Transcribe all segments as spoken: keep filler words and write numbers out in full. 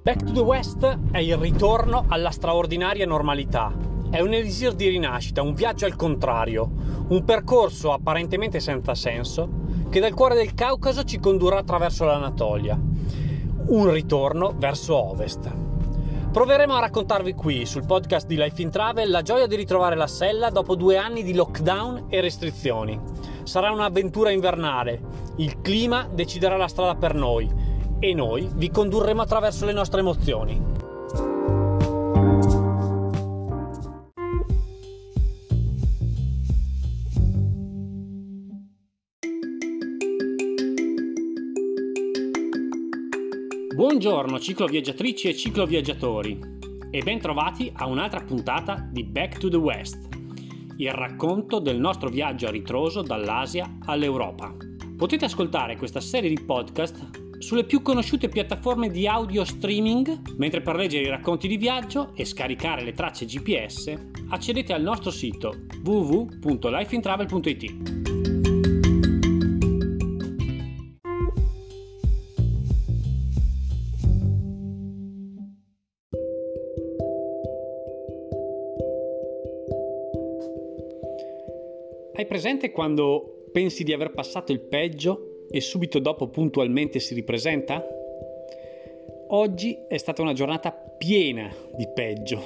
Back to the West è il ritorno alla straordinaria normalità. È un elisir di rinascita, un viaggio al contrario, un percorso apparentemente senza senso che dal cuore del Caucaso ci condurrà attraverso l'Anatolia. Un ritorno verso ovest. Proveremo a raccontarvi qui, sul podcast di Life in Travel, la gioia di ritrovare la sella dopo due anni di lockdown e restrizioni. Sarà un'avventura invernale. Il clima deciderà la strada per noi e noi vi condurremo attraverso le nostre emozioni. Buongiorno cicloviaggiatrici e cicloviaggiatori e ben trovati a un'altra puntata di Back to the West, il racconto del nostro viaggio a ritroso dall'Asia all'Europa. Potete ascoltare questa serie di podcast sulle più conosciute piattaforme di audio streaming, mentre per leggere i racconti di viaggio e scaricare le tracce G P S accedete al nostro sito w w w punto life in travel punto i t. Hai presente quando pensi di aver passato il peggio e subito dopo puntualmente si ripresenta? Oggi è stata una giornata piena di peggio.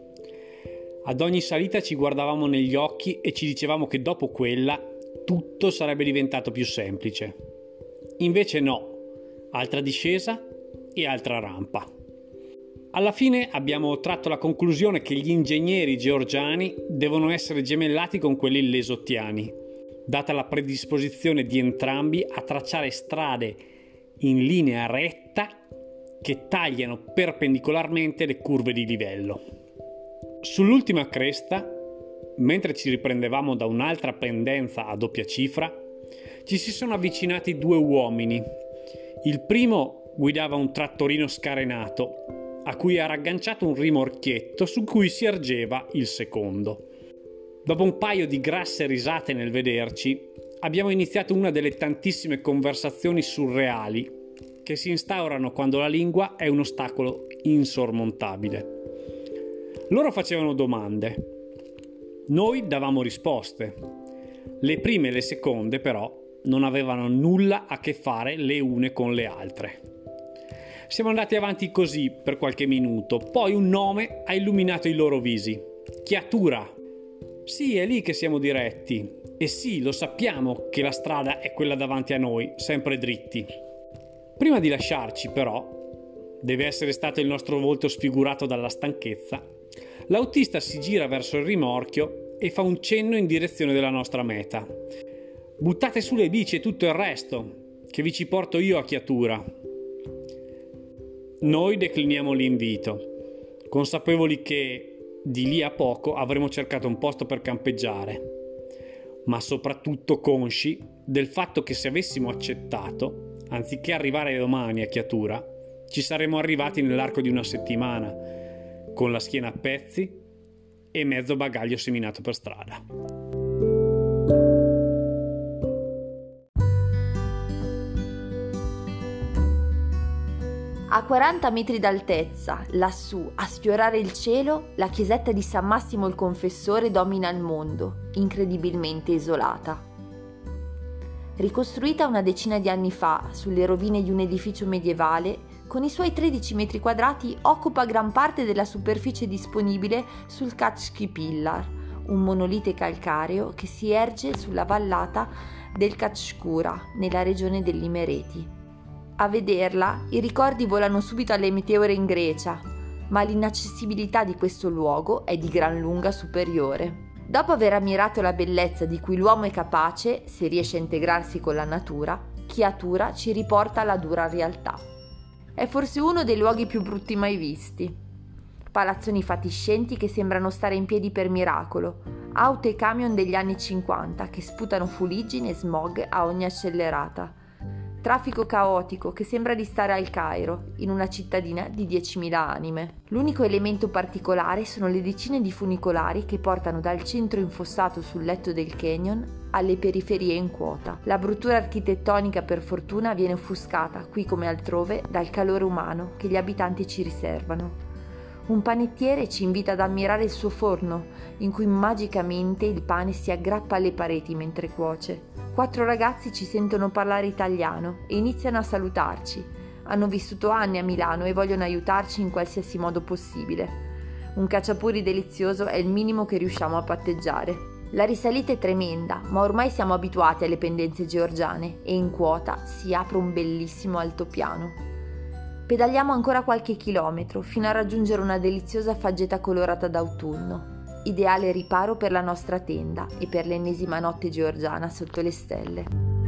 Ad ogni salita ci guardavamo negli occhi e ci dicevamo che dopo quella tutto sarebbe diventato più semplice. Invece no, altra discesa e altra rampa. Alla fine abbiamo tratto la conclusione che gli ingegneri georgiani devono essere gemellati con quelli lesottiani, data la predisposizione di entrambi a tracciare strade in linea retta che tagliano perpendicolarmente le curve di livello. Sull'ultima cresta, mentre ci riprendevamo da un'altra pendenza a doppia cifra, ci si sono avvicinati due uomini. Il primo guidava un trattorino scarenato, a cui era agganciato un rimorchietto su cui si ergeva il secondo. Dopo un paio di grasse risate nel vederci, abbiamo iniziato una delle tantissime conversazioni surreali che si instaurano quando la lingua è un ostacolo insormontabile. Loro facevano domande, noi davamo risposte. Le prime e le seconde, però, non avevano nulla a che fare le une con le altre. Siamo andati avanti così per qualche minuto, poi un nome ha illuminato i loro visi. Chiatura. Sì, è lì che siamo diretti. E sì, lo sappiamo che la strada è quella davanti a noi, sempre dritti. Prima di lasciarci, però, deve essere stato il nostro volto sfigurato dalla stanchezza, l'autista si gira verso il rimorchio e fa un cenno in direzione della nostra meta. Buttate su le bici e tutto il resto, che vi ci porto io a Chiatura. Noi decliniamo l'invito, consapevoli che di lì a poco avremo cercato un posto per campeggiare, ma soprattutto consci del fatto che se avessimo accettato, anziché arrivare domani a Chiatura, ci saremmo arrivati nell'arco di una settimana, con la schiena a pezzi e mezzo bagaglio seminato per strada. A quaranta metri d'altezza, lassù, a sfiorare il cielo, la chiesetta di San Massimo il Confessore domina il mondo, incredibilmente isolata. Ricostruita una decina di anni fa sulle rovine di un edificio medievale, con i suoi tredici metri quadrati occupa gran parte della superficie disponibile sul Kachki Pillar, un monolite calcareo che si erge sulla vallata del Kachkura, nella regione dell'Imereti. A vederla, i ricordi volano subito alle meteore in Grecia, ma l'inaccessibilità di questo luogo è di gran lunga superiore. Dopo aver ammirato la bellezza di cui l'uomo è capace, se riesce a integrarsi con la natura, Chiatura ci riporta alla dura realtà. È forse uno dei luoghi più brutti mai visti. Palazzoni fatiscenti che sembrano stare in piedi per miracolo, auto e camion degli anni cinquanta che sputano fuliggine e smog a ogni accelerata. traffico caotico che sembra di stare al Cairo, in una cittadina di diecimila anime. L'unico elemento particolare sono le decine di funicolari che portano dal centro infossato sul letto del canyon alle periferie in quota. La bruttura architettonica, per fortuna, viene offuscata, qui come altrove, dal calore umano che gli abitanti ci riservano. Un panettiere ci invita ad ammirare il suo forno, in cui magicamente il pane si aggrappa alle pareti mentre cuoce. Quattro ragazzi ci sentono parlare italiano e iniziano a salutarci. Hanno vissuto anni a Milano e vogliono aiutarci in qualsiasi modo possibile. Un cacciapuri delizioso è il minimo che riusciamo a patteggiare. La risalita è tremenda, ma ormai siamo abituati alle pendenze georgiane e in quota si apre un bellissimo altopiano. Pedaliamo ancora qualche chilometro fino a raggiungere una deliziosa faggeta colorata d'autunno, ideale riparo per la nostra tenda e per l'ennesima notte georgiana sotto le stelle.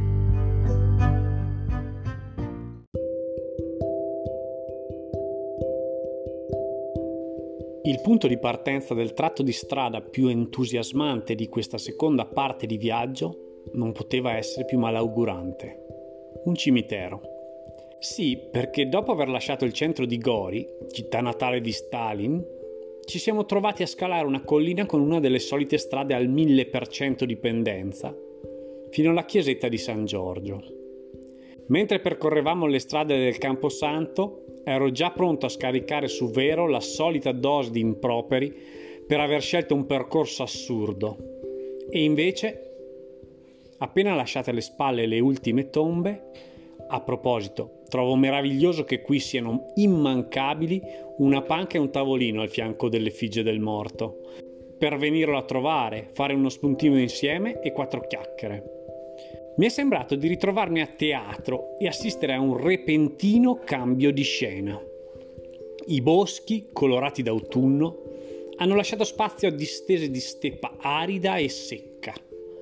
Il punto di partenza del tratto di strada più entusiasmante di questa seconda parte di viaggio non poteva essere più malaugurante. Un cimitero. Sì, perché dopo aver lasciato il centro di Gori, città natale di Stalin, ci siamo trovati a scalare una collina con una delle solite strade al mille per cento di pendenza, fino alla chiesetta di San Giorgio. Mentre percorrevamo le strade del Camposanto, ero già pronto a scaricare su Vero la solita dose di improperi per aver scelto un percorso assurdo. E invece, appena lasciate alle spalle le ultime tombe, a proposito, trovo meraviglioso che qui siano immancabili una panca e un tavolino al fianco dell'effigie del morto, per venirlo a trovare, fare uno spuntino insieme e quattro chiacchiere. Mi è sembrato di ritrovarmi a teatro e assistere a un repentino cambio di scena. I boschi, colorati d'autunno, hanno lasciato spazio a distese di steppa arida e secca.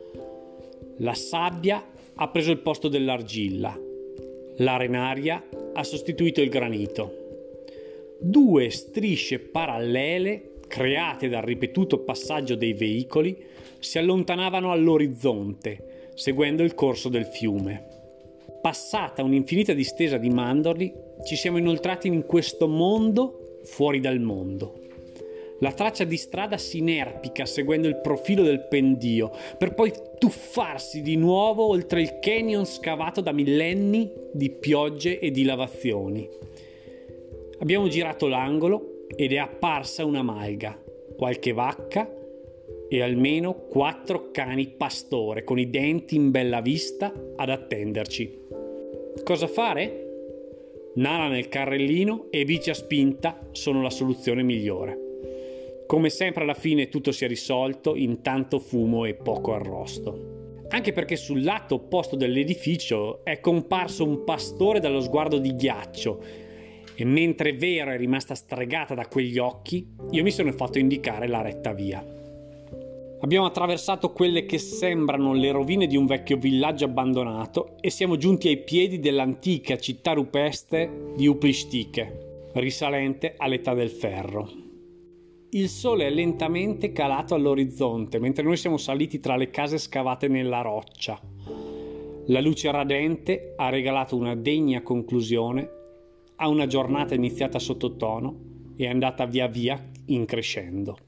La sabbia ha preso il posto dell'argilla. L'arenaria ha sostituito il granito. Due strisce parallele, create dal ripetuto passaggio dei veicoli, si allontanavano all'orizzonte, seguendo il corso del fiume. Passata un'infinita distesa di mandorli, ci siamo inoltrati in questo mondo fuori dal mondo. La traccia di strada si inerpica seguendo il profilo del pendio, per poi tuffarsi di nuovo oltre il canyon scavato da millenni di piogge e di lavazioni. Abbiamo girato l'angolo ed è apparsa una malga, qualche vacca e almeno quattro cani pastore con i denti in bella vista ad attenderci. Cosa fare? Nana nel carrellino e bici a spinta sono la soluzione migliore. Come sempre alla fine tutto si è risolto in tanto fumo e poco arrosto. Anche perché sul lato opposto dell'edificio è comparso un pastore dallo sguardo di ghiaccio e mentre Vera è rimasta stregata da quegli occhi, io mi sono fatto indicare la retta via. Abbiamo attraversato quelle che sembrano le rovine di un vecchio villaggio abbandonato e siamo giunti ai piedi dell'antica città rupestre di Uplishtyche, risalente all'età del ferro. Il sole è lentamente calato all'orizzonte, mentre noi siamo saliti tra le case scavate nella roccia. La luce radente ha regalato una degna conclusione a una giornata iniziata sottotono e andata via via in crescendo.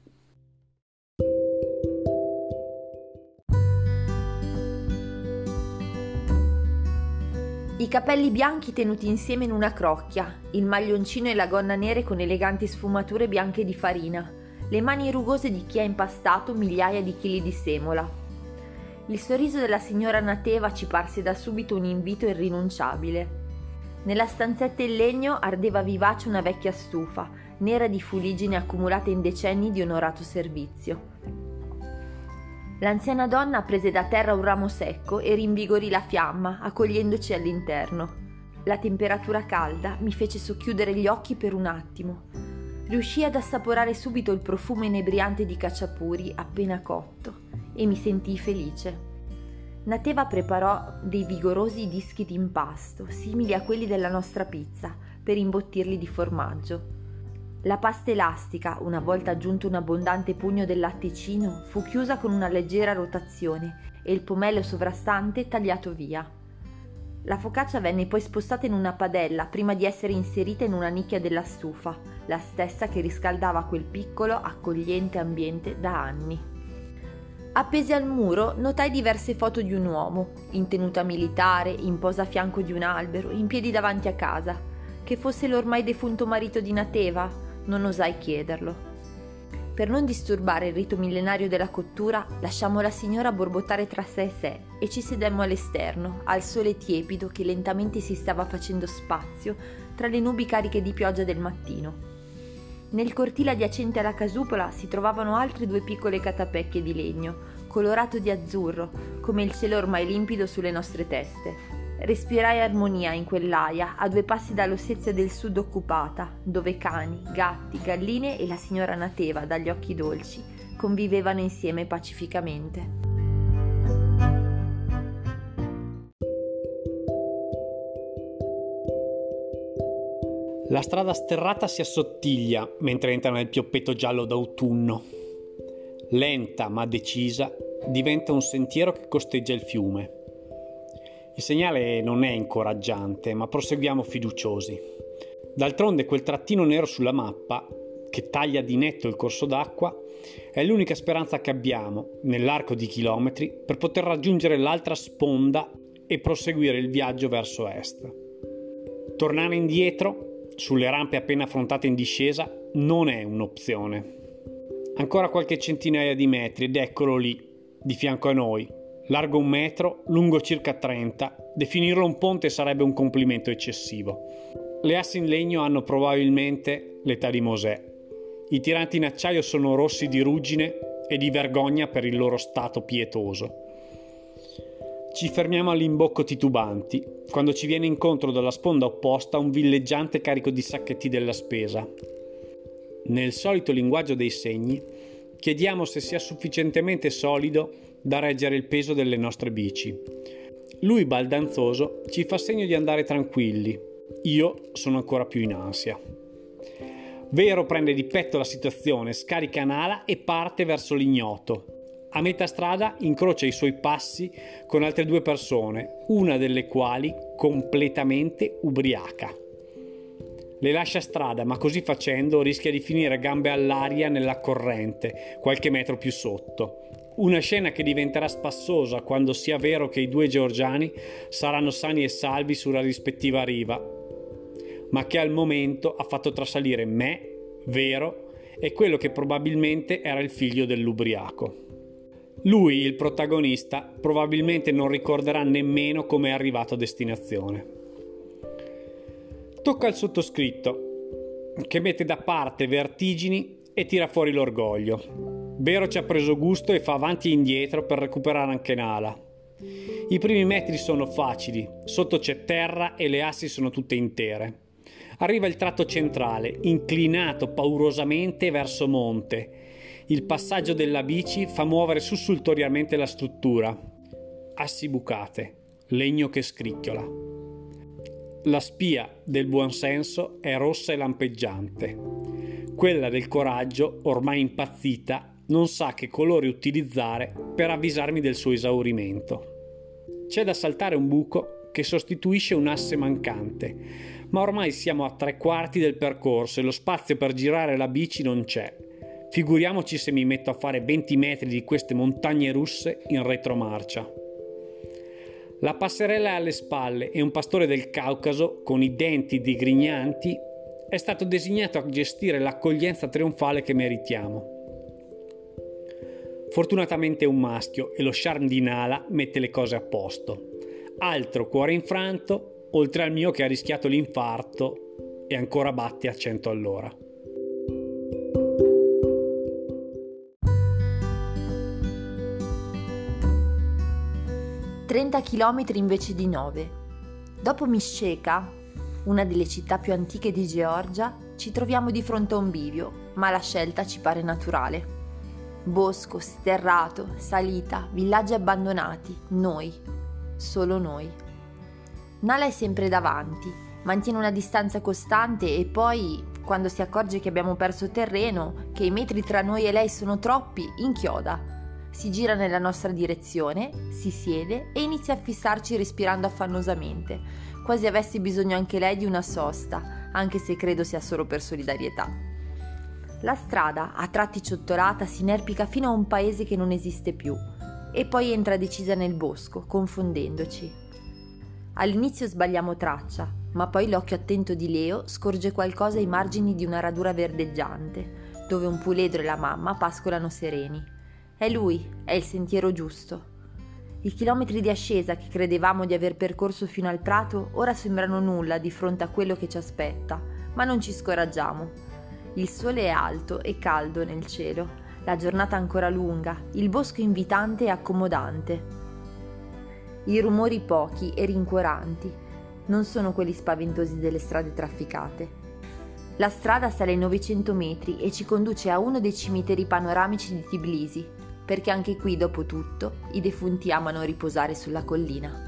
I capelli bianchi tenuti insieme in una crocchia, il maglioncino e la gonna nere con eleganti sfumature bianche di farina, le mani rugose di chi ha impastato migliaia di chili di semola. Il sorriso della signora Nateva ci parse da subito un invito irrinunciabile. Nella stanzetta in legno ardeva vivace una vecchia stufa, nera di fuliggine accumulate in decenni di onorato servizio. L'anziana donna prese da terra un ramo secco e rinvigorì la fiamma, accogliendoci all'interno. La temperatura calda mi fece socchiudere gli occhi per un attimo. Riuscii ad assaporare subito il profumo inebriante di cacciapuri appena cotto e mi sentii felice. Nateva preparò dei vigorosi dischi d'impasto, simili a quelli della nostra pizza, per imbottirli di formaggio. La pasta elastica, una volta aggiunto un abbondante pugno del latticino, fu chiusa con una leggera rotazione e il pomello sovrastante tagliato via. La focaccia venne poi spostata in una padella prima di essere inserita in una nicchia della stufa, la stessa che riscaldava quel piccolo, accogliente ambiente da anni. Appese al muro notai diverse foto di un uomo, in tenuta militare, in posa a fianco di un albero, in piedi davanti a casa. Che fosse l'ormai defunto marito di Nateva, non osai chiederlo. Per non disturbare il rito millenario della cottura, lasciammo la signora borbottare tra sé e sé e ci sedemmo all'esterno, al sole tiepido che lentamente si stava facendo spazio tra le nubi cariche di pioggia del mattino. Nel cortile adiacente alla casupola si trovavano altre due piccole catapecchie di legno, colorato di azzurro, come il cielo ormai limpido sulle nostre teste. Respirai armonia in quell'aia, a due passi dall'Ossetia del Sud occupata, dove cani, gatti, galline e la signora Nateva, dagli occhi dolci, convivevano insieme pacificamente. La strada sterrata si assottiglia mentre entra nel pioppeto giallo d'autunno. Lenta ma decisa, diventa un sentiero che costeggia il fiume. Il segnale non è incoraggiante, ma proseguiamo fiduciosi. D'altronde quel trattino nero sulla mappa, che taglia di netto il corso d'acqua, è l'unica speranza che abbiamo, nell'arco di chilometri, per poter raggiungere l'altra sponda e proseguire il viaggio verso est. Tornare indietro, sulle rampe appena affrontate in discesa, non è un'opzione. Ancora qualche centinaia di metri ed eccolo lì, di fianco a noi, largo un metro, lungo circa trenta, definirlo un ponte sarebbe un complimento eccessivo. Le assi in legno hanno probabilmente l'età di Mosè. I tiranti in acciaio sono rossi di ruggine e di vergogna per il loro stato pietoso. Ci fermiamo all'imbocco titubanti, quando ci viene incontro dalla sponda opposta un villeggiante carico di sacchetti della spesa. Nel solito linguaggio dei segni, chiediamo se sia sufficientemente solido da reggere il peso delle nostre bici. Lui, baldanzoso, ci fa segno di andare tranquilli. Io sono ancora più in ansia. Vero prende di petto la situazione, scarica nala e parte verso l'ignoto. A metà strada incrocia i suoi passi con altre due persone, una delle quali completamente ubriaca. Le lascia strada, ma così facendo rischia di finire gambe all'aria nella corrente, qualche metro più sotto. Una scena che diventerà spassosa quando sia vero che i due georgiani saranno sani e salvi sulla rispettiva riva, ma che al momento ha fatto trasalire me, Vero, e quello che probabilmente era il figlio dell'ubriaco. Lui, il protagonista, probabilmente non ricorderà nemmeno come è arrivato a destinazione. Tocca al sottoscritto, che mette da parte vertigini e tira fuori l'orgoglio. Vero ci ha preso gusto e fa avanti e indietro per recuperare anche Nala. I primi metri sono facili, sotto c'è terra e le assi sono tutte intere. Arriva il tratto centrale, inclinato paurosamente verso monte. Il passaggio della bici fa muovere sussultoriamente la struttura. Assi bucate, legno che scricchiola. La spia del buonsenso è rossa e lampeggiante. Quella del coraggio, ormai impazzita, non sa che colore utilizzare per avvisarmi del suo esaurimento. C'è da saltare un buco che sostituisce un asse mancante, ma ormai siamo a tre quarti del percorso e lo spazio per girare la bici non c'è. Figuriamoci se mi metto a fare venti metri di queste montagne russe in retromarcia. La passerella è alle spalle e un pastore del Caucaso, con i denti digrignanti, è stato designato a gestire l'accoglienza trionfale che meritiamo. Fortunatamente è un maschio e lo charme di Nala mette le cose a posto. Altro cuore infranto, oltre al mio che ha rischiato l'infarto e ancora batte a cento all'ora. trenta chilometri invece di nove. Dopo Mishcheka, una delle città più antiche di Georgia, ci troviamo di fronte a un bivio, ma la scelta ci pare naturale. Bosco, sterrato, salita, villaggi abbandonati, noi, solo noi. Nala è sempre davanti, mantiene una distanza costante e poi, quando si accorge che abbiamo perso terreno, che i metri tra noi e lei sono troppi, inchioda. Si gira nella nostra direzione, si siede e inizia a fissarci respirando affannosamente, quasi avesse bisogno anche lei di una sosta, anche se credo sia solo per solidarietà. La strada, a tratti ciottolata, si inerpica fino a un paese che non esiste più e poi entra decisa nel bosco, confondendoci. All'inizio sbagliamo traccia, ma poi l'occhio attento di Leo scorge qualcosa ai margini di una radura verdeggiante, dove un puledro e la mamma pascolano sereni. È lui, è il sentiero giusto. I chilometri di ascesa che credevamo di aver percorso fino al prato ora sembrano nulla di fronte a quello che ci aspetta, ma non ci scoraggiamo. Il sole è alto e caldo nel cielo, la giornata ancora lunga, il bosco invitante e accomodante. I rumori pochi e rincuoranti, non sono quelli spaventosi delle strade trafficate. La strada sale novecento metri e ci conduce a uno dei cimiteri panoramici di Tbilisi, perché anche qui, dopo tutto, i defunti amano riposare sulla collina.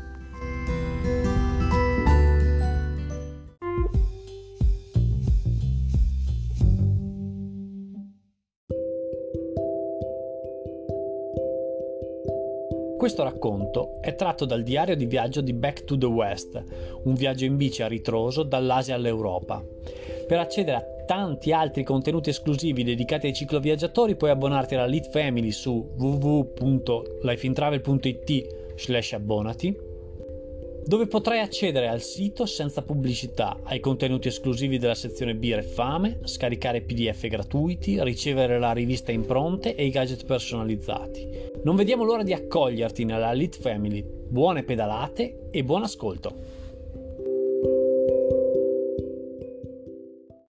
Questo racconto è tratto dal diario di viaggio di Back to the West, un viaggio in bici a ritroso dall'Asia all'Europa. Per accedere a tanti altri contenuti esclusivi dedicati ai cicloviaggiatori puoi abbonarti alla Lead Family su w w w punto lifeintravel punto i t slash abbonati, dove potrai accedere al sito senza pubblicità, ai contenuti esclusivi della sezione Birra e Fame, scaricare P D F gratuiti, ricevere la rivista impronte e i gadget personalizzati. Non vediamo l'ora di accoglierti nella Lead Family. Buone pedalate e buon ascolto!